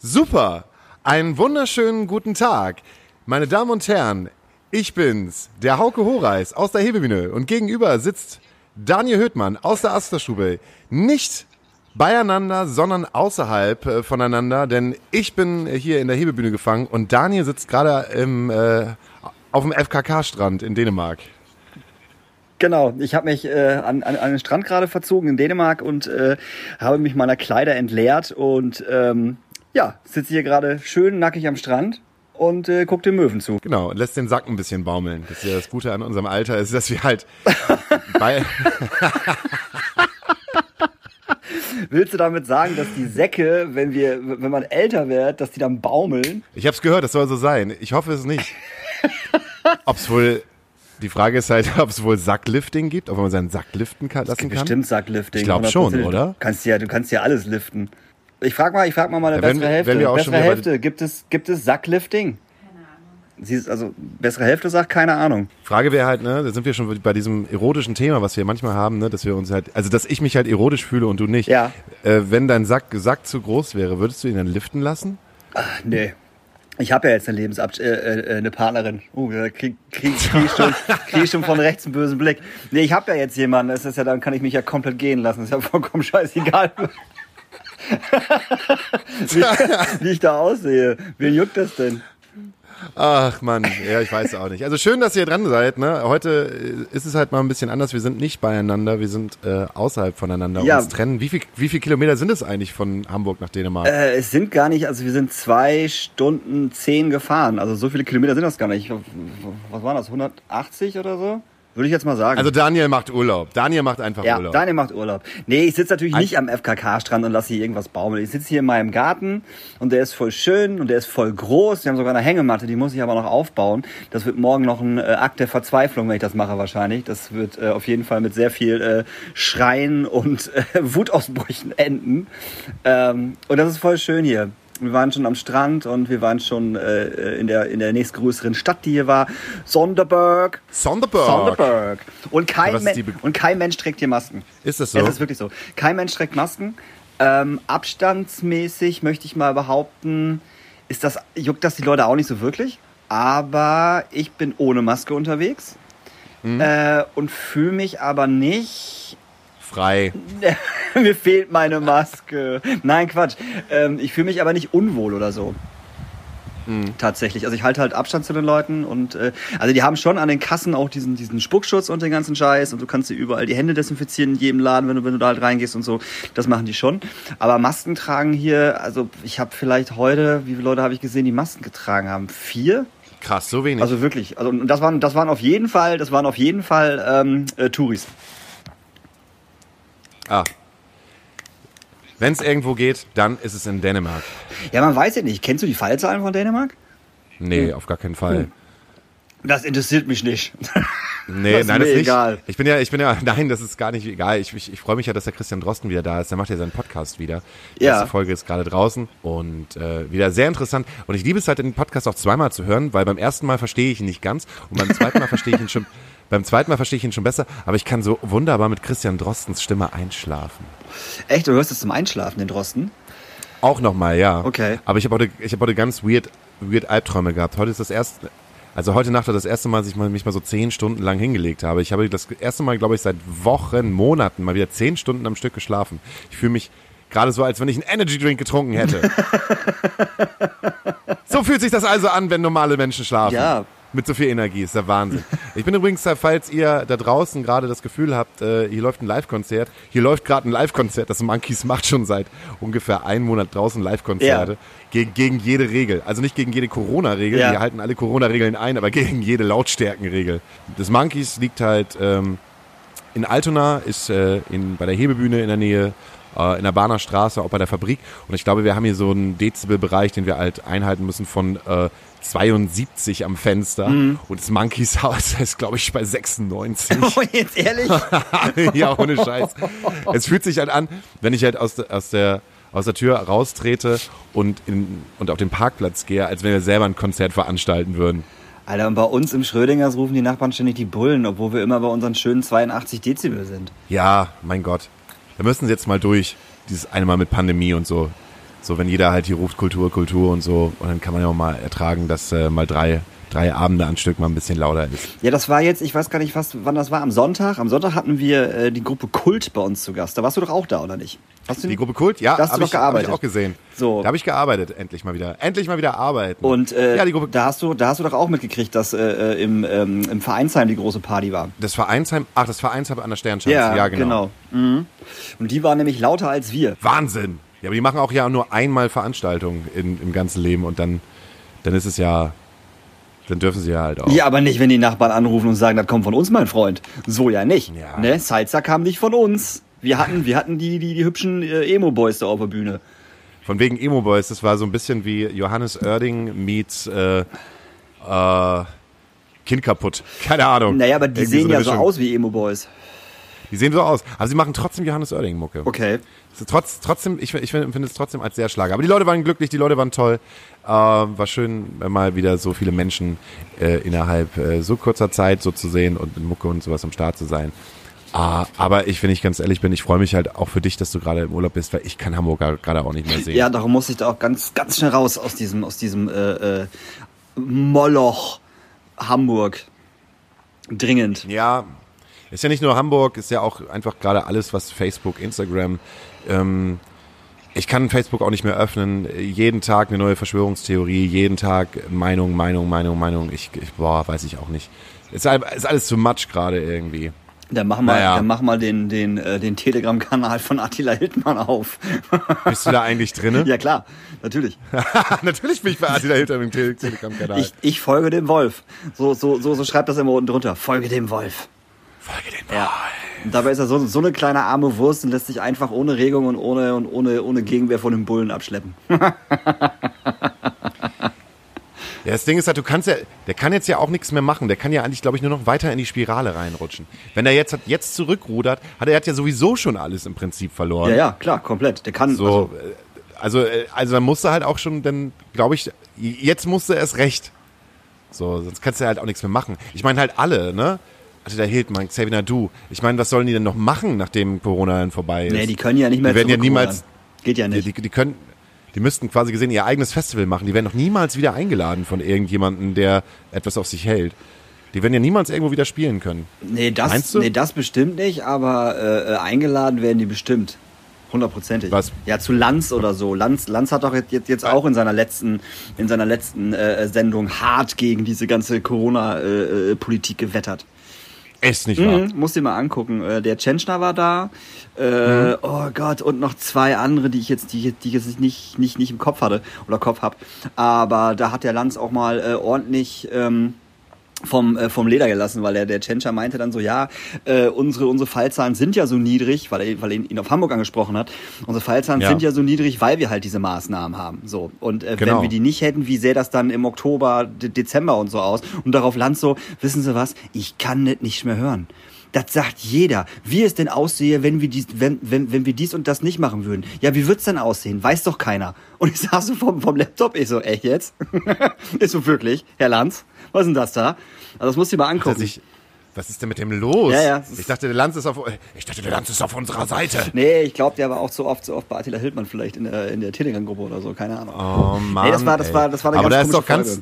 Super, einen wunderschönen guten Tag. Meine Damen und Herren, ich bin's, der Hauke Horeis aus der Hebebühne und gegenüber sitzt Daniel Höhtmann aus der Asterstube. Nicht beieinander, sondern außerhalb voneinander, denn ich bin hier in der Hebebühne gefangen und Daniel sitzt gerade auf dem FKK-Strand in Dänemark. Genau, ich habe mich an den Strand gerade verzogen in Dänemark und habe mich meiner Kleider entleert und sitze hier gerade schön nackig am Strand und guck den Möwen zu. Genau, und lässt den Sack ein bisschen baumeln. Das ist ja das Gute an unserem Alter, ist, dass wir halt Willst du damit sagen, dass die Säcke, wenn man älter wird, dass die dann baumeln? Ich hab's gehört, das soll so sein. Ich hoffe es nicht. Die Frage ist halt, ob es wohl Sacklifting gibt, ob man seinen Sack liften lassen kann. Es gibt bestimmt Sacklifting. Ich glaube schon, oder? Du kannst ja alles liften. Ich frag mal meine bessere Hälfte. Gibt es Sacklifting? Also bessere Hälfte sagt keine Ahnung. Frage wäre halt, da sind wir schon bei diesem erotischen Thema, was wir manchmal haben, dass wir uns halt, also dass ich mich halt erotisch fühle und du nicht. Ja. Wenn dein Sack zu groß wäre, würdest du ihn dann liften lassen? Ach, nee. Ich habe ja jetzt eine Partnerin. Da krieg ich schon von rechts einen bösen Blick. Nee, ich habe ja jetzt jemanden. Das ist ja, dann kann ich mich ja komplett gehen lassen. Das ist ja vollkommen scheißegal. wie ich da aussehe. Wen juckt das denn? Ach Mann, ja, ich weiß auch nicht. Also schön, dass ihr dran seid. Heute ist es halt mal ein bisschen anders. Wir sind nicht beieinander, wir sind außerhalb voneinander, uns trennen. Wie viel Kilometer sind es eigentlich von Hamburg nach Dänemark? Es sind gar nicht, also wir sind 2 Stunden 10 gefahren. Also so viele Kilometer sind das gar nicht. Was waren das, 180 oder so? Würde ich jetzt mal sagen. Also Daniel macht Urlaub. Daniel macht einfach Urlaub. Ja, Daniel macht Urlaub. Nee, ich sitze natürlich nicht am FKK-Strand und lasse hier irgendwas baumeln. Ich sitze hier in meinem Garten und der ist voll schön und der ist voll groß. Wir haben sogar eine Hängematte, die muss ich aber noch aufbauen. Das wird morgen noch ein Akt der Verzweiflung, wenn ich das mache wahrscheinlich. Das wird auf jeden Fall mit sehr viel Schreien und Wutausbrüchen enden. Und das ist voll schön hier. Wir waren schon am Strand und wir waren schon in der nächstgrößeren Stadt, die hier war. Sonderburg. Und kein Mensch trägt hier Masken. Ist das so? Es ist wirklich so. Kein Mensch trägt Masken. Abstandsmäßig möchte ich mal behaupten, juckt das die Leute auch nicht so wirklich. Aber ich bin ohne Maske unterwegs und fühle mich aber nicht frei. Mir fehlt meine Maske. Nein, Quatsch. Ich fühle mich aber nicht unwohl oder so. Tatsächlich. Also ich halte halt Abstand zu den Leuten und also die haben schon an den Kassen auch diesen Spuckschutz und den ganzen Scheiß und du kannst dir überall die Hände desinfizieren in jedem Laden, wenn du da halt reingehst und so. Das machen die schon. Aber Masken tragen hier, also ich habe vielleicht heute, wie viele Leute habe ich gesehen, die Masken getragen haben? 4? Krass, so wenig. Also wirklich. Also das waren auf jeden Fall Touris. Wenn es irgendwo geht, dann ist es in Dänemark. Ja, man weiß ja nicht. Kennst du die Fallzahlen von Dänemark? Nee, auf gar keinen Fall. Das interessiert mich nicht. Nee, das ist egal. Ich bin ja, nein, das ist gar nicht egal. Ich freue mich ja, dass der Christian Drosten wieder da ist. Der macht ja seinen Podcast wieder. Die erste Folge ist gerade draußen und wieder sehr interessant. Und ich liebe es halt, den Podcast auch zweimal zu hören, weil beim ersten Mal verstehe ich ihn nicht ganz und beim zweiten Mal verstehe ich ihn schon. Beim zweiten Mal verstehe ich ihn schon besser, aber ich kann so wunderbar mit Christian Drostens Stimme einschlafen. Echt? Du hörst es zum Einschlafen, den Drosten? Auch nochmal, ja. Okay. Aber ich habe heute ganz weird Albträume gehabt. Heute Nacht war das erste Mal, dass ich mich mal so 10 Stunden lang hingelegt habe. Ich habe das erste Mal, glaube ich, seit Wochen, Monaten mal wieder 10 Stunden am Stück geschlafen. Ich fühle mich gerade so, als wenn ich einen Energy Drink getrunken hätte. So fühlt sich das also an, wenn normale Menschen schlafen. Ja. Mit so viel Energie, ist der Wahnsinn. Ich bin übrigens, falls ihr da draußen gerade das Gefühl habt, hier läuft ein Live-Konzert. Hier läuft gerade ein Live-Konzert. Das Monkeys macht schon seit ungefähr 1 Monat draußen Live-Konzerte. Ja. Gegen jede Regel. Also nicht gegen jede Corona-Regel. Wir halten alle Corona-Regeln ein, aber gegen jede Lautstärkenregel. Das Monkeys liegt halt in Altona, ist bei der Hebebühne in der Nähe, in der Bahner Straße, auch bei der Fabrik. Und ich glaube, wir haben hier so einen Dezibelbereich, den wir halt einhalten müssen von 72 am Fenster. Und das Monkeys Haus ist, glaube ich, bei 96. Oh, jetzt ehrlich? Ja, ohne Scheiß. Es fühlt sich halt an, wenn ich halt aus der Tür raustrete und auf den Parkplatz gehe, als wenn wir selber ein Konzert veranstalten würden. Alter, und bei uns im Schrödingers rufen die Nachbarn ständig die Bullen, obwohl wir immer bei unseren schönen 82 Dezibel sind. Ja, mein Gott. Da müssen sie jetzt mal durch, dieses eine Mal mit Pandemie und so. So, wenn jeder halt hier ruft Kultur, Kultur und so. Und dann kann man ja auch mal ertragen, dass mal drei Abende am Stück mal ein bisschen lauter ist. Ja, das war jetzt, ich weiß gar nicht, wann das war, am Sonntag. Am Sonntag hatten wir die Gruppe Kult bei uns zu Gast. Da warst du doch auch da, oder nicht? Die Gruppe Kult? Ja, da hast du doch gearbeitet. Hab ich auch gesehen. So. Da habe ich gearbeitet, endlich mal wieder. Endlich mal wieder arbeiten. Und die Gruppe, da hast du doch auch mitgekriegt, dass im Vereinsheim die große Party war. Das Vereinsheim an der Sternschanze. Ja, genau. Mhm. Und die waren nämlich lauter als wir. Wahnsinn! Ja, aber die machen auch ja nur einmal Veranstaltungen im ganzen Leben und dann ist es ja... Dann dürfen sie ja halt auch. Ja, aber nicht, wenn die Nachbarn anrufen und sagen, das kommt von uns, mein Freund. So ja nicht. Ja. Ne? Salsa kam nicht von uns. Wir hatten die hübschen Emo-Boys da auf der Bühne. Von wegen Emo-Boys, das war so ein bisschen wie Johannes Oerding meets Kind kaputt. Keine Ahnung. Naja, aber die Irgendwie sehen so ja eine so Mischung. aus wie Emo-Boys. Die sehen so aus. Aber sie machen trotzdem Johannes Oerding-Mucke. Okay. Trotzdem, ich finde es trotzdem als sehr Schlager. Aber die Leute waren glücklich, die Leute waren toll. War schön, mal wieder so viele Menschen innerhalb so kurzer Zeit so zu sehen und mit Mucke und sowas am Start zu sein. Aber wenn ich ganz ehrlich bin, ich freue mich halt auch für dich, dass du gerade im Urlaub bist, weil ich kann Hamburg gerade auch nicht mehr sehen. Ja, darum muss ich da auch ganz, ganz schnell raus aus diesem Moloch Hamburg. Dringend. Ja, ist ja nicht nur Hamburg, ist ja auch einfach gerade alles, was Facebook, Instagram, ich kann Facebook auch nicht mehr öffnen. Jeden Tag eine neue Verschwörungstheorie, jeden Tag Meinung. Weiß ich auch nicht. Ist alles too much gerade irgendwie. Dann mach mal den Telegram-Kanal von Attila Hildmann auf. Bist du da eigentlich drinne? Ja klar, natürlich. Natürlich bin ich bei Attila Hildmann im Telegram-Kanal. Ich folge dem Wolf. So schreibt das immer unten drunter. Folge dem Wolf. Folge dem Wolf. Ja. Und dabei ist er so eine kleine arme Wurst und lässt sich einfach ohne Regung und ohne Gegenwehr von dem Bullen abschleppen. Ja, das Ding ist halt, der kann jetzt ja auch nichts mehr machen. Der kann ja eigentlich, glaube ich, nur noch weiter in die Spirale reinrutschen. Wenn er jetzt zurückrudert, er hat ja sowieso schon alles im Prinzip verloren. Ja, klar, komplett. Der kann so. Also dann musste halt auch schon, dann glaube ich, jetzt musste er es recht. So, sonst kannst du halt auch nichts mehr machen. Ich meine halt alle, ne? Also der Hildmann, Xavier Nadu. Ich meine, was sollen die denn noch machen, nachdem Corona dann vorbei ist? Nee, die können ja nicht mehr Die werden ja niemals. Geht ja nicht. Die müssten quasi gesehen ihr eigenes Festival machen. Die werden doch niemals wieder eingeladen von irgendjemandem, der etwas auf sich hält. Die werden ja niemals irgendwo wieder spielen können. Meinst du? Nee, das bestimmt nicht, aber eingeladen werden die bestimmt. 100%. Was? Ja, zu Lanz oder so. Lanz hat doch jetzt auch in seiner letzten Sendung hart gegen diese ganze Corona-Politik gewettert. Ist nicht wahr. Musst dir mal angucken. Der Tschentschner war da. Oh Gott, und noch zwei andere, die ich jetzt nicht im Kopf hatte oder Kopf hab. Aber da hat der Lanz auch mal ordentlich vom Leder gelassen, weil der Tschentscher meinte dann so, ja, unsere Fallzahlen sind ja so niedrig, weil er ihn auf Hamburg angesprochen hat. Unsere Fallzahlen sind ja so niedrig, weil wir halt diese Maßnahmen haben. So. Und wenn wir die nicht hätten, wie sähe das dann im Oktober, Dezember und so aus? Und darauf Lanz so, wissen Sie was, ich kann das nicht mehr hören. Das sagt jeder. Wie es denn aussehe, wenn wir dies und das nicht machen würden. Ja, wie wird's denn aussehen? Weiß doch keiner. Und ich saß so vom Laptop, ich so, echt jetzt? Ist so wirklich, Herr Lanz? Was ist denn das da? Also das musst du dir mal angucken. Was ist denn mit dem los? Ja. Ich dachte, der Lanz ist auf unserer Seite. Nee, ich glaube, der war auch so oft bei Attila Hildmann vielleicht in der Telegram-Gruppe oder so, keine Ahnung. Oh Mann, nee, das war eine aber ganz da ist doch komische Folge.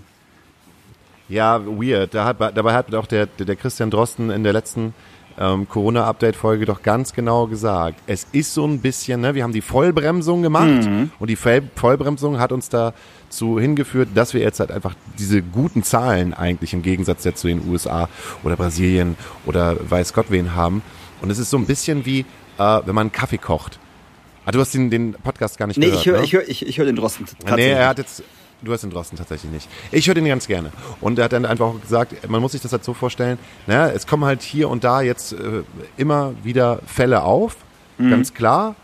Ja, weird. Dabei hat auch der Christian Drosten in der letzten Corona-Update-Folge doch ganz genau gesagt. Es ist so ein bisschen, ne, wir haben die Vollbremsung gemacht und die Vollbremsung hat uns dazu hingeführt, dass wir jetzt halt einfach diese guten Zahlen eigentlich im Gegensatz jetzt zu den USA oder Brasilien oder weiß Gott wen haben. Und es ist so ein bisschen wie, wenn man einen Kaffee kocht. Ah, du hast den Podcast gar nicht gehört, ich höre den Drosten tatsächlich. Nee, du hast den Drosten tatsächlich nicht. Ich höre den ganz gerne. Und er hat dann einfach auch gesagt, man muss sich das halt so vorstellen, naja, es kommen halt hier und da jetzt immer wieder Fälle auf, ganz klar.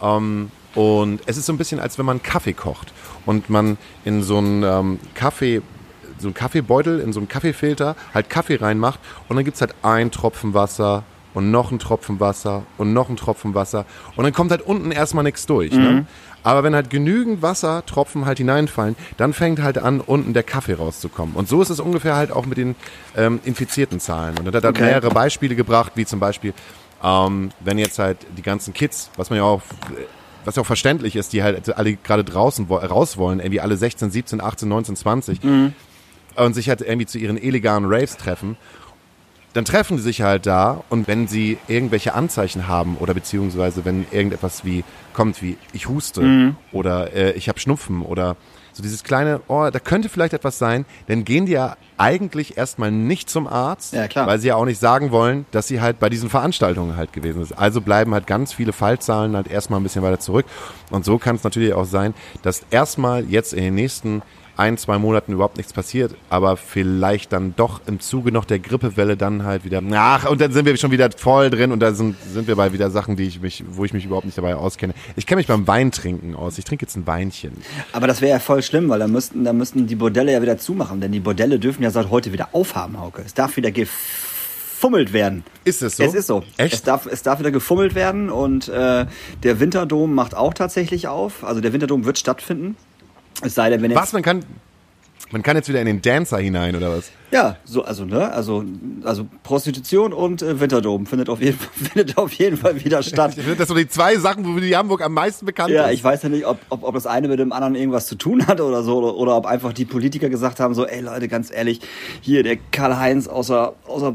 Und es ist so ein bisschen, als wenn man Kaffee kocht und man in so einen Kaffeebeutel, in so einen Kaffeefilter halt Kaffee reinmacht und dann gibt's halt einen Tropfen Wasser und noch einen Tropfen Wasser und noch einen Tropfen Wasser und dann kommt halt unten erstmal nichts durch, ne? Aber wenn halt genügend Wassertropfen halt hineinfallen, dann fängt halt an, unten der Kaffee rauszukommen. Und so ist es ungefähr halt auch mit den infizierten Zahlen. Und er hat mehrere Beispiele gebracht, wie zum Beispiel, wenn jetzt halt die ganzen Kids, was man ja auch was ja auch verständlich ist, die halt alle gerade draußen raus wollen, irgendwie alle 16, 17, 18, 19, 20 und sich halt irgendwie zu ihren illegalen Raves treffen. Dann treffen sie sich halt da und wenn sie irgendwelche Anzeichen haben oder beziehungsweise wenn irgendetwas kommt wie ich huste oder ich habe Schnupfen oder so dieses kleine, da könnte vielleicht etwas sein, dann gehen die ja eigentlich erstmal nicht zum Arzt, weil sie ja auch nicht sagen wollen, dass sie halt bei diesen Veranstaltungen halt gewesen sind. Also bleiben halt ganz viele Fallzahlen halt erstmal ein bisschen weiter zurück und so kann es natürlich auch sein, dass erstmal jetzt in den nächsten 1-2 Monaten überhaupt nichts passiert, aber vielleicht dann doch im Zuge noch der Grippewelle dann halt wieder, und dann sind wir schon wieder voll drin und da sind wir bei wieder Sachen, wo ich mich überhaupt nicht dabei auskenne. Ich kenne mich beim Weintrinken aus. Ich trinke jetzt ein Weinchen. Aber das wäre ja voll schlimm, weil da müssten die Bordelle ja wieder zumachen, denn die Bordelle dürfen ja seit heute wieder aufhaben, Hauke. Es darf wieder gefummelt werden. Ist es so? Es ist so. Echt? Es darf wieder gefummelt werden und der Winterdom macht auch tatsächlich auf. Also der Winterdom wird stattfinden. Es sei denn, wenn jetzt... Was? Man kann jetzt wieder in den Dancer hinein, oder was? Ja, so, also Prostitution und Winterdom findet auf jeden Fall wieder statt. Ich finde, das sind so die 2 Sachen, wofür die Hamburg am meisten bekannt ist. Ja, ich weiß ja nicht, ob das eine mit dem anderen irgendwas zu tun hat oder so, oder ob einfach die Politiker gesagt haben, so, ey Leute, ganz ehrlich, hier der Karl-Heinz außer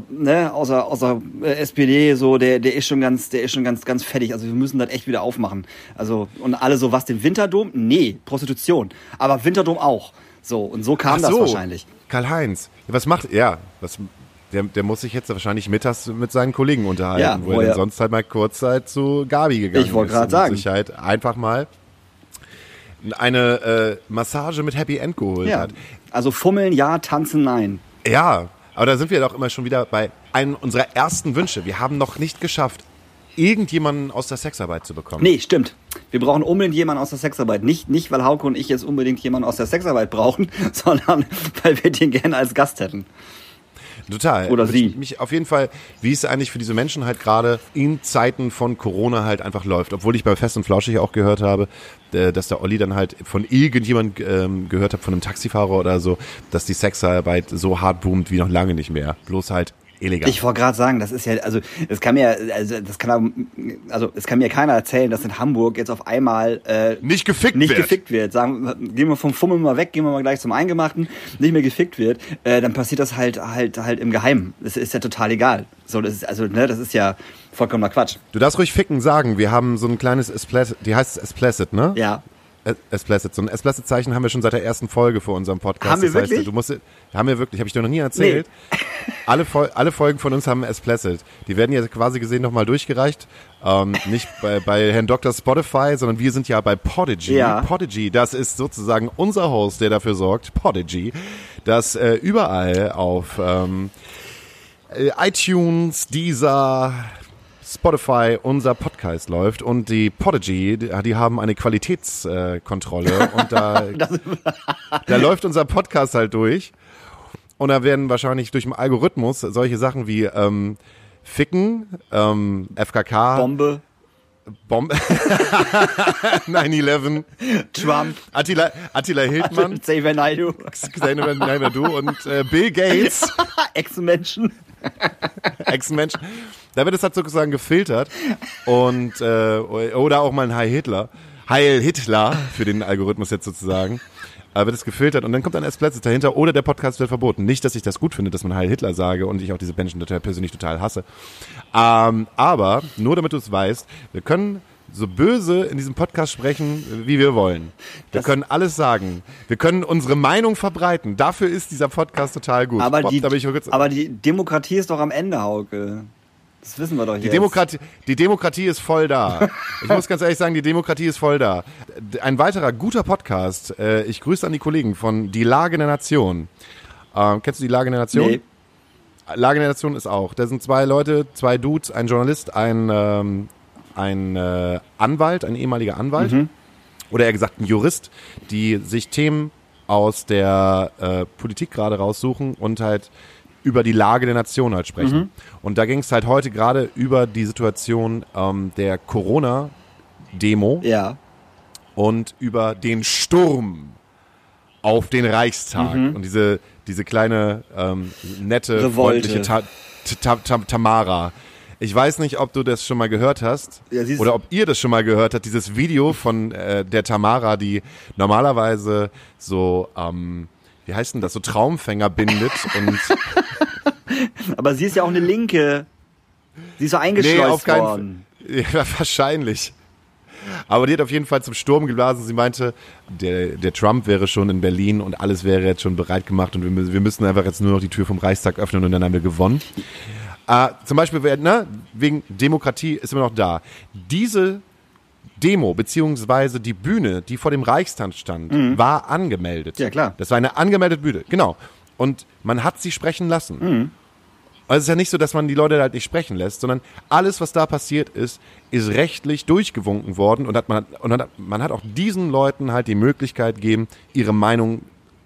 SPD, so, der ist schon ganz fettig, also wir müssen das echt wieder aufmachen. Also, und alle so, was, den Winterdom? Nee, Prostitution. Aber Winterdom auch. So, und so kam das wahrscheinlich. Karl-Heinz, was macht er? Der muss sich jetzt wahrscheinlich mittags mit seinen Kollegen unterhalten, wo er dann sonst halt mal kurz halt zu Gabi gegangen ist. Ich wollte gerade sagen. Sich halt einfach mal eine Massage mit Happy End geholt hat. Also fummeln ja, tanzen nein. Ja, aber da sind wir doch immer schon wieder bei einem unserer ersten Wünsche. Wir haben noch nicht geschafft, irgendjemanden aus der Sexarbeit zu bekommen. Nee, stimmt. Wir brauchen unbedingt jemanden aus der Sexarbeit. Nicht, weil Hauke und ich jetzt unbedingt jemanden aus der Sexarbeit brauchen, sondern weil wir den gerne als Gast hätten. Total. Oder sie. Mich auf jeden Fall, wie es eigentlich für diese Menschen halt gerade in Zeiten von Corona halt einfach läuft. Obwohl ich bei Fest und Flauschig auch gehört habe, dass der Olli dann halt von irgendjemand gehört hat, von einem Taxifahrer oder so, dass die Sexarbeit so hart boomt wie noch lange nicht mehr. Bloß halt illegal. Ich wollte gerade sagen, das ist ja, es kann mir keiner erzählen, dass in Hamburg jetzt auf einmal nicht gefickt wird. Gehen wir vom Fummeln mal weg, gehen wir mal gleich zum Eingemachten, nicht mehr gefickt wird, dann passiert das halt im Geheimen. Das ist ja total egal. So, das ist ja vollkommener Quatsch. Du darfst ruhig ficken sagen, wir haben so ein kleines die heißt Explicit, ne? Ja. Explicit. So ein Explicit-Zeichen haben wir schon seit der ersten Folge vor unserem Podcast. Haben wir wirklich? Haben wir wirklich. Habe ich dir noch nie erzählt. Nee. Alle Folgen von uns haben Explicit. Die werden ja quasi gesehen nochmal durchgereicht. Nicht bei Herrn Dr. Spotify, sondern wir sind ja bei Podigy. Ja. Podigy, das ist sozusagen unser Host, der dafür sorgt, Podigy, dass überall auf iTunes, Deezer, Spotify unser Podcast läuft und die Podigy, die haben eine Qualitätskontrolle und da läuft unser Podcast halt durch und da werden wahrscheinlich durch den Algorithmus solche Sachen wie Ficken, FKK, Bombe 9/11, Trump, Attila Hildmann, Xavier Naidoo und Bill Gates, Ex-Menschen. Da wird es halt sozusagen gefiltert und oder auch mal ein Heil Hitler für den Algorithmus jetzt sozusagen. Wird es gefiltert und dann kommt ein Explicit dahinter oder der Podcast wird verboten. Nicht, dass ich das gut finde, dass man Heil Hitler sage und ich auch diese Menschen persönlich total hasse. Aber nur damit du es weißt, wir können so böse in diesem Podcast sprechen, wie wir wollen. Wir können alles sagen. Wir können unsere Meinung verbreiten. Dafür ist dieser Podcast total gut. Aber die Demokratie ist doch am Ende, Hauke. Das wissen wir doch jetzt. Die Demokratie ist voll da. Ich muss ganz ehrlich sagen, die Demokratie ist voll da. Ein weiterer guter Podcast. Ich grüße an die Kollegen von Die Lage der Nation. Kennst du Die Lage der Nation? Nee. Lage der Nation ist auch. Da sind 2 Leute, 2 Dudes, ein Journalist, ein Anwalt, ein ehemaliger Anwalt. Oder eher gesagt ein Jurist, die sich Themen aus der Politik gerade raussuchen und halt über die Lage der Nation halt sprechen. Und da ging es halt heute gerade über die Situation der Corona-Demo und über den Sturm auf den Reichstag und diese kleine, nette, Revolte. freundliche Tamara. Ich weiß nicht, ob du das schon mal gehört hast oder ob ihr das schon mal gehört habt, dieses Video von der Tamara, die normalerweise so, wie heißt denn das, so Traumfänger bindet und... Aber sie ist ja auch eine Linke. Sie ist so eingeschleust worden. Ja, wahrscheinlich. Aber die hat auf jeden Fall zum Sturm geblasen. Sie meinte, der Trump wäre schon in Berlin und alles wäre jetzt schon bereit gemacht und wir müssen einfach jetzt nur noch die Tür vom Reichstag öffnen und dann haben wir gewonnen. Zum Beispiel, wegen Demokratie ist immer noch da. Diese Demo, beziehungsweise die Bühne, die vor dem Reichstag stand, war angemeldet. Ja, klar. Das war eine angemeldete Bühne, genau. Und man hat sie sprechen lassen. Also es ist ja nicht so, dass man die Leute halt nicht sprechen lässt, sondern alles, was da passiert ist rechtlich durchgewunken worden und man hat auch diesen Leuten halt die Möglichkeit gegeben, ihre Meinung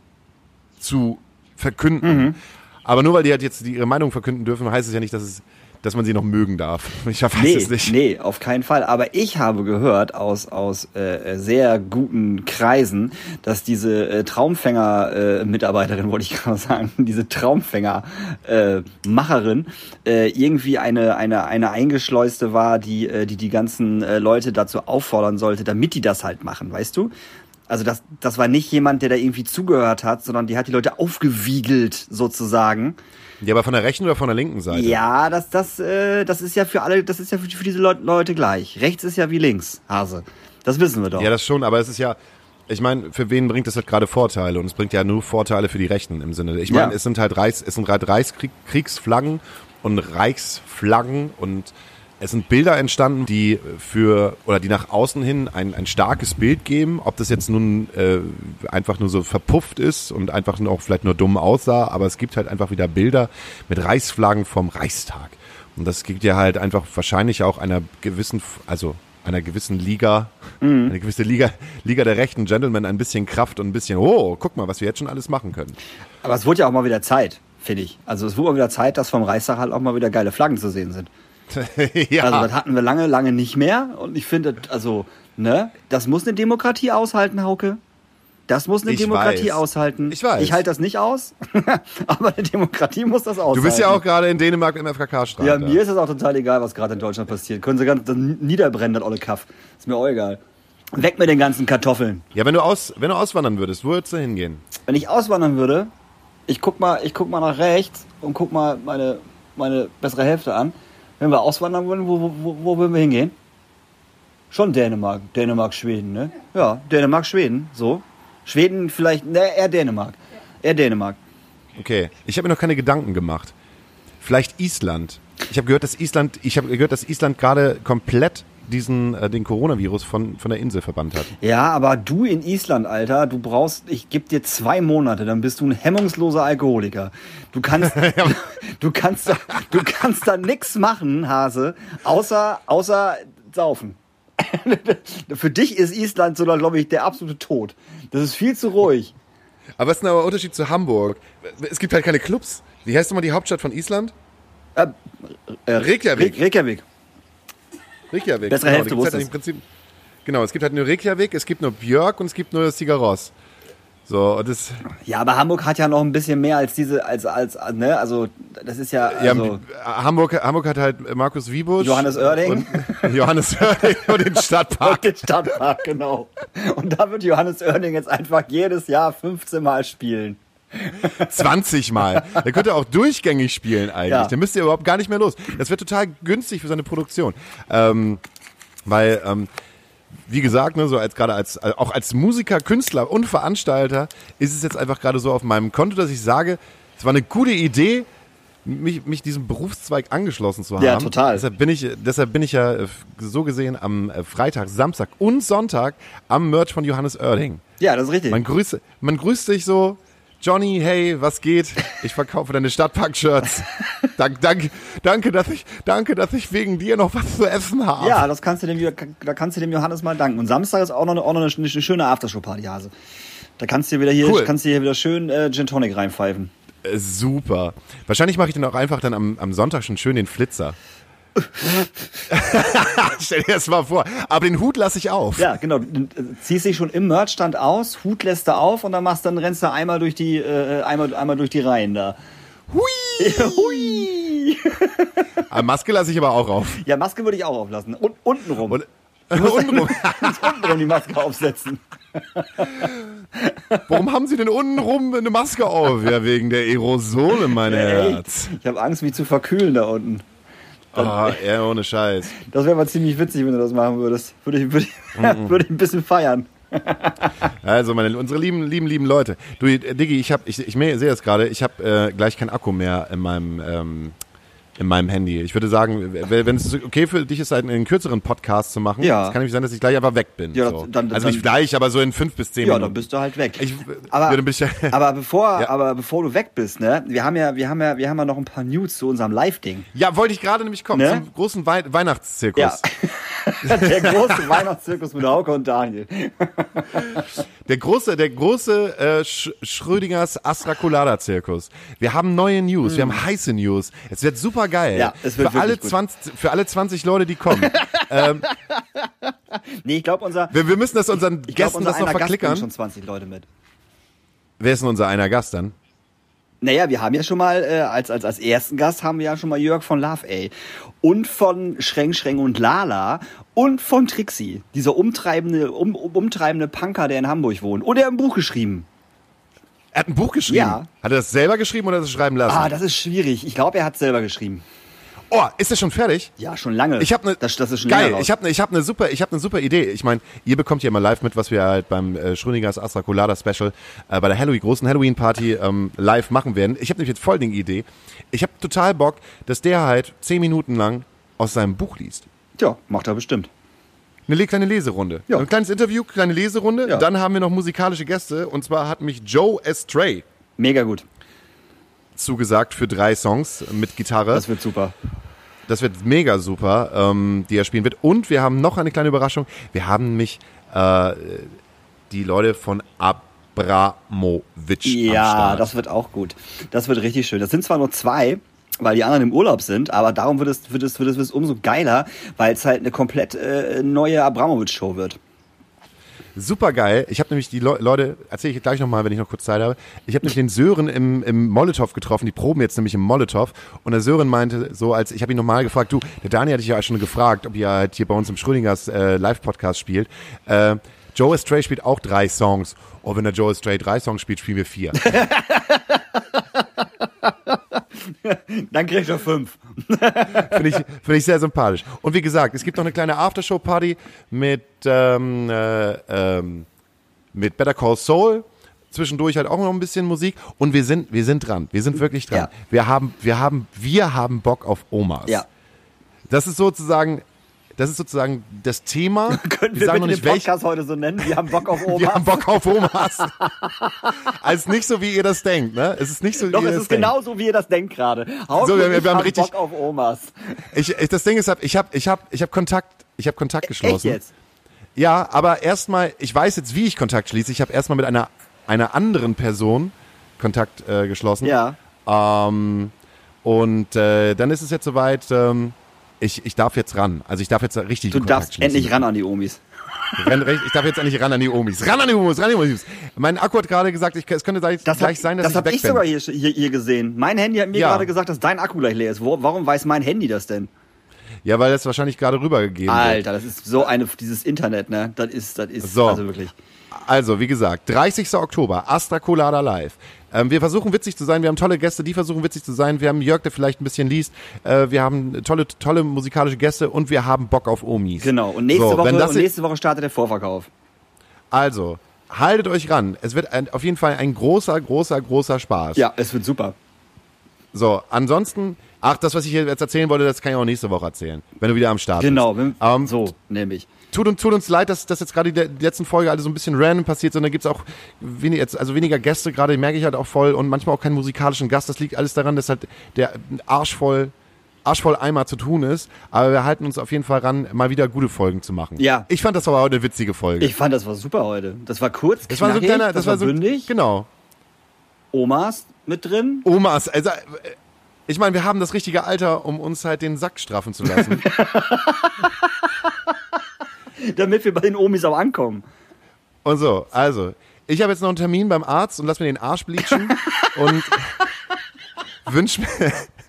zu verkünden. Aber nur weil die halt jetzt ihre Meinung verkünden dürfen, heißt es ja nicht, dass man sie noch mögen darf. Ich weiß es nicht. Nee, auf keinen Fall. Aber ich habe gehört aus sehr guten Kreisen, dass diese Traumfänger-Mitarbeiterin, wollte ich gerade sagen, diese Traumfänger-Macherin irgendwie eine Eingeschleuste war, die ganzen Leute dazu auffordern sollte, damit die das halt machen, weißt du? Also das war nicht jemand, der da irgendwie zugehört hat, sondern die hat die Leute aufgewiegelt, sozusagen. Ja, aber von der rechten oder von der linken Seite? Ja, das ist ja für alle, das ist ja für diese Leute gleich. Rechts ist ja wie links, Hase. Das wissen wir doch. Ja, das schon, aber es ist ja, ich meine, für wen bringt das halt gerade Vorteile? Und es bringt ja nur Vorteile für die Rechten im Sinne. Ich meine, es sind halt Reichskriegsflaggen und Reichsflaggen und es sind Bilder entstanden, die die nach außen hin ein starkes Bild geben. Ob das jetzt nun einfach nur so verpufft ist und einfach auch vielleicht nur dumm aussah, aber es gibt halt einfach wieder Bilder mit Reichsflaggen vom Reichstag. Und das gibt ja halt einfach wahrscheinlich auch einer gewissen Liga, eine gewisse Liga der rechten Gentlemen ein bisschen Kraft und ein bisschen, guck mal, was wir jetzt schon alles machen können. Aber es wurde ja auch mal wieder Zeit, finde ich. Also es wurde mal wieder Zeit, dass vom Reichstag halt auch mal wieder geile Flaggen zu sehen sind. Ja. Also das hatten wir lange nicht mehr und ich finde, das muss eine Demokratie aushalten, Hauke. Das muss eine Demokratie aushalten. Ich weiß. Ich halte das nicht aus, aber eine Demokratie muss das aushalten. Du bist ja auch gerade in Dänemark im FKK-Strand. Ja, mir ist es auch total egal, was gerade in Deutschland passiert. Können sie ganz niederbrennen, das olle Kaff. Ist mir auch egal. Weg mit den ganzen Kartoffeln. Ja, wenn du auswandern würdest, wo würdest du hingehen? Wenn ich auswandern würde, ich guck mal nach rechts und guck mal meine bessere Hälfte an. Wenn wir auswandern würden, wo würden wir hingehen? Schon Dänemark, Schweden, ne? Ja, Dänemark, Schweden, so. Schweden vielleicht, eher Dänemark. Eher Dänemark. Okay, ich habe mir noch keine Gedanken gemacht. Vielleicht Island. Ich habe gehört, dass Island gerade komplett den Coronavirus von der Insel verbannt hat. Ja, aber du in Island, Alter, ich gebe dir 2 Monate, dann bist du ein hemmungsloser Alkoholiker. Du kannst da nix machen, Hase, außer saufen. Für dich ist Island so, glaube ich, der absolute Tod. Das ist viel zu ruhig. Aber was ist denn der Unterschied zu Hamburg? Es gibt halt keine Clubs. Wie heißt nochmal die Hauptstadt von Island? Reykjavik. Bessere Hälfte wusste es. Genau, es gibt halt nur Reykjavik, es gibt nur Björk und es gibt nur Sigaros. So, das. Ja, aber Hamburg hat ja noch ein bisschen mehr als ne, also, das ist ja, also. Ja, Hamburg hat halt Markus Wiebusch. Johannes Oerding. Und den Stadtpark. Und den Stadtpark, genau. Und da wird Johannes Oerding jetzt einfach jedes Jahr 15 Mal spielen. 20 Mal. Der könnte auch durchgängig spielen eigentlich. Ja. Der müsste ja überhaupt gar nicht mehr los. Das wäre total günstig für seine Produktion. Weil, wie gesagt, ne, so auch als Musiker, Künstler und Veranstalter ist es jetzt einfach gerade so auf meinem Konto, dass ich sage, es war eine gute Idee, mich diesem Berufszweig angeschlossen zu haben. Ja, total. Deshalb bin ich ja so gesehen am Freitag, Samstag und Sonntag am Merch von Johannes Oerding. Ja, das ist richtig. Man grüßt dich so, Johnny, hey, was geht? Ich verkaufe deine Stadtpark-Shirts. Danke, dass ich wegen dir noch was zu essen habe. Ja, da kannst du dem Johannes mal danken. Und Samstag ist auch noch eine schöne Aftershow-Party, Hase. Da kannst du dir wieder schön Gin Tonic reinpfeifen. Super. Wahrscheinlich mache ich dann auch einfach am Sonntag schon schön den Flitzer. Stell dir das mal vor. Aber den Hut lasse ich auf. Ja, genau. Ziehst dich schon im Merchstand aus, Hut lässt du auf und dann rennst du einmal durch die Reihen da. Hui! Hui! Maske lasse ich aber auch auf. Ja, Maske würde ich auch auflassen. Und untenrum. Untenrum. Untenrum die Maske aufsetzen. Warum haben Sie denn untenrum eine Maske auf? Ja, wegen der Aerosole, mein Herz. Ich habe Angst, mich zu verkühlen da unten. Ja, ohne Scheiß. Das wäre mal ziemlich witzig, wenn du das machen würdest. Würde ich ein bisschen feiern. Also, unsere lieben Leute. Du, Diggi, ich sehe das gerade, ich habe gleich keinen Akku mehr in meinem Handy. Ich würde sagen, wenn es okay für dich ist, einen kürzeren Podcast zu machen, ja. Es kann nämlich sein, dass ich gleich einfach weg bin. Ja, so. dann, also nicht gleich, aber so in 5 bis 10 Minuten. Ja, dann bist du halt weg. Aber bevor du weg bist, ne? Wir haben ja noch ein paar News zu unserem Live-Ding. Ja, wollte ich gerade nämlich kommen, zum großen Weihnachtszirkus. Ja. Der große Weihnachtszirkus mit Hauke und Daniel. Der große Schrödingers Astrakulada-Zirkus. Wir haben neue News, wir haben heiße News. Es wird super geil. Ja, es wird für alle 20 Leute, die kommen. Nee, ich glaube, wir müssen das unseren Gästen das noch verklickern. Gast schon 20 Leute mit. Wer ist denn unser einer Gast dann? Naja, wir haben ja schon mal, als ersten Gast haben wir ja schon mal Jörg von Love A. Und von Schreng und Lala und von Trixie. Dieser umtreibende Punker, der in Hamburg wohnt. Und er hat ein Buch geschrieben. Er hat ein Buch geschrieben? Ja. Hat er das selber geschrieben oder hat er das schreiben lassen? Das ist schwierig. Ich glaube, er hat es selber geschrieben. Oh, ist das schon fertig? Ja, schon lange. Das ist schon geil. Ich habe eine super Idee. Ich meine, ihr bekommt ja immer live mit, was wir halt beim Schrödingers Astrakulada Special bei der großen Halloween Party live machen werden. Ich habe nämlich jetzt voll die Idee. Ich habe total Bock, dass der halt 10 Minuten lang aus seinem Buch liest. Ja, macht er bestimmt. Eine kleine Leserunde. Ja. Ein kleines Interview, kleine Leserunde. Ja. Dann haben wir noch musikalische Gäste. Und zwar hat mich Joe Estray Mega gut. zugesagt für 3 Songs mit Gitarre. Das wird super. Das wird mega super, die er spielen wird. Und wir haben noch eine kleine Überraschung. Wir haben nämlich die Leute von Abramovic am Start. Das wird auch gut. Das wird richtig schön. Das sind zwar nur 2, weil die anderen im Urlaub sind, aber darum wird es umso geiler, weil es halt eine komplett neue Abramovic-Show wird. Super geil. Ich habe nämlich die Leute, erzähle ich gleich nochmal, wenn ich noch kurz Zeit habe. Ich habe nämlich den Sören im Molotow getroffen, die proben jetzt nämlich im Molotow. Und der Sören meinte so, ich habe ihn nochmal gefragt, du, der Daniel hatte ich ja schon gefragt, ob ihr halt hier bei uns im Schrödingers Live-Podcast spielt. Joe Estray spielt auch 3 Songs. Oh, wenn der Joe Estray 3 Songs spielt, spielen wir 4. Dann kriegt er 5. Finde ich sehr sympathisch. Und wie gesagt, es gibt noch eine kleine Aftershow-Party mit Better Call Saul. Zwischendurch halt auch noch ein bisschen Musik. Und wir sind dran. Wir sind wirklich dran. Ja. Wir haben Bock auf Omas. Ja. Das ist sozusagen das Thema. Können wir bitte den Podcast heute so nennen? Wir haben Bock auf Omas. Wir haben Bock auf Omas. Also nicht so, wie ihr das denkt, ne? Es ist nicht so, Doch, wie ihr es das ist genauso, wie ihr das denkt gerade. So, wir haben richtig Bock auf Omas. Das Ding ist, ich hab Kontakt geschlossen. Echt jetzt? Ja, aber erstmal, ich weiß jetzt, wie ich Kontakt schließe. Ich habe erstmal mit einer anderen Person Kontakt geschlossen. Ja. Und dann ist es jetzt soweit, ich darf jetzt ran. Also ich darf jetzt richtig Du Kontakt darfst schließen. endlich ran an die Omis. Ich darf jetzt endlich ran an die Omis. Ran an die Omis. Mein Akku hat gerade gesagt, es könnte gleich sein, dass ich weg bin. Das habe ich sogar hier gesehen. Mein Handy hat mir gerade gesagt, dass dein Akku gleich leer ist. Warum weiß mein Handy das denn? Ja, weil das wahrscheinlich gerade rübergegeben wird. Alter, das ist so dieses Internet, ne? Das ist so. Also wirklich. Also, wie gesagt, 30. Oktober, Astrakulada live. Wir versuchen witzig zu sein, wir haben tolle Gäste, die versuchen witzig zu sein. Wir haben Jörg, der vielleicht ein bisschen liest. Wir haben tolle musikalische Gäste und wir haben Bock auf Omis. Genau, und nächste Woche startet der Vorverkauf. Also, haltet euch ran. Es wird auf jeden Fall ein großer Spaß. Ja, es wird super. So, ansonsten, das, was ich jetzt erzählen wollte, das kann ich auch nächste Woche erzählen, wenn du wieder am Start genau, bist. So, nämlich. Tut uns leid, dass jetzt gerade die letzten Folge alle so ein bisschen random passiert sind. Da gibt's auch weniger Gäste gerade, merke ich halt auch voll und manchmal auch keinen musikalischen Gast. Das liegt alles daran, dass halt der arschvoll Eimer zu tun ist. Aber wir halten uns auf jeden Fall ran, mal wieder gute Folgen zu machen. Ja. Ich fand, das war heute eine witzige Folge. Ich fand, das war super heute. Das war kurz, das knackig, das war so bündig. Genau. Omas mit drin. Omas, also ich meine, wir haben das richtige Alter, um uns halt den Sack straffen zu lassen. Damit wir bei den Omis auch ankommen. Und so, also, ich habe jetzt noch einen Termin beim Arzt und lass mir den Arsch bleachen und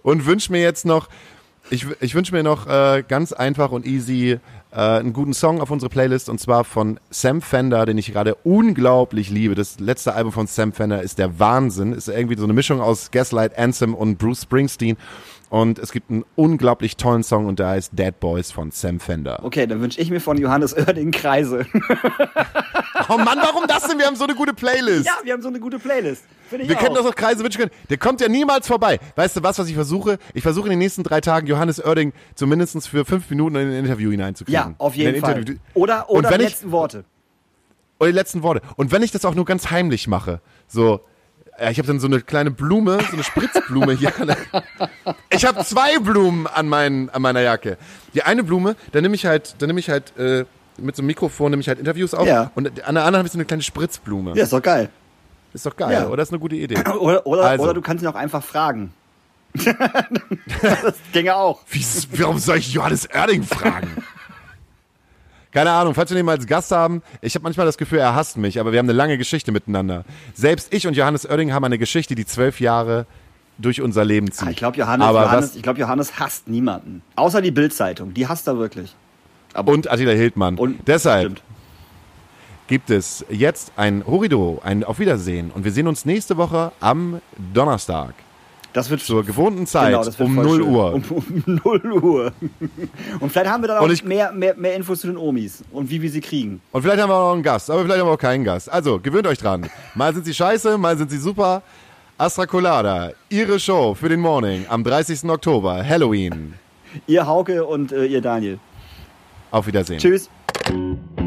und wünsche mir jetzt noch, ich wünsche mir noch ganz einfach und easy einen guten Song auf unsere Playlist und zwar von Sam Fender, den ich gerade unglaublich liebe. Das letzte Album von Sam Fender ist der Wahnsinn. Ist irgendwie so eine Mischung aus Gaslight Anthem und Bruce Springsteen. Und es gibt einen unglaublich tollen Song und der heißt Dead Boys von Sam Fender. Okay, dann wünsche ich mir von Johannes Oerding Kreise. Oh Mann, warum das denn? Wir haben so eine gute Playlist. Ja, wir haben so eine gute Playlist. Wir können uns auch Kreise wünschen können. Der kommt ja niemals vorbei. Weißt du was ich versuche? Ich versuche in den nächsten 3 Tagen Johannes Oerding zumindest für 5 Minuten in ein Interview hineinzukriegen. Ja, auf jeden Fall. Oder die letzten Worte. Oder die letzten Worte. Und wenn ich das auch nur ganz heimlich mache, so, ich habe dann so eine kleine Blume, so eine Spritzblume hier. Ich habe 2 Blumen an meiner Jacke. Die eine Blume, da nehme ich halt mit so einem Mikrofon nehme ich halt Interviews auf. Ja. Und an der anderen habe ich so eine kleine Spritzblume. Ja, ist doch geil. Ist doch geil, ja. Oder? Ist eine gute Idee. Oder du kannst ihn auch einfach fragen. Das ginge auch. Warum soll ich Johannes Oerding fragen? Keine Ahnung, falls wir ihn mal als Gast haben, ich habe manchmal das Gefühl, er hasst mich, aber wir haben eine lange Geschichte miteinander. Selbst ich und Johannes Oerding haben eine Geschichte, die 12 Jahre durch unser Leben zieht. Ich glaube, Johannes hasst niemanden. Außer die Bild-Zeitung, die hasst er wirklich. Und Attila Hildmann. Und deshalb stimmt. Gibt es jetzt ein Horridor, ein Auf Wiedersehen. Und wir sehen uns nächste Woche am Donnerstag. Das wird zur gewohnten Zeit, um 0 Uhr. Um 0 Uhr. Und vielleicht haben wir dann auch mehr Infos zu den Omis und wie wir sie kriegen. Und vielleicht haben wir auch noch einen Gast, aber vielleicht haben wir auch keinen Gast. Also, gewöhnt euch dran. Mal sind sie scheiße, mal sind sie super. Astra Colada, ihre Show für den Morning am 30. Oktober, Halloween. Ihr Hauke und ihr Daniel. Auf Wiedersehen. Tschüss.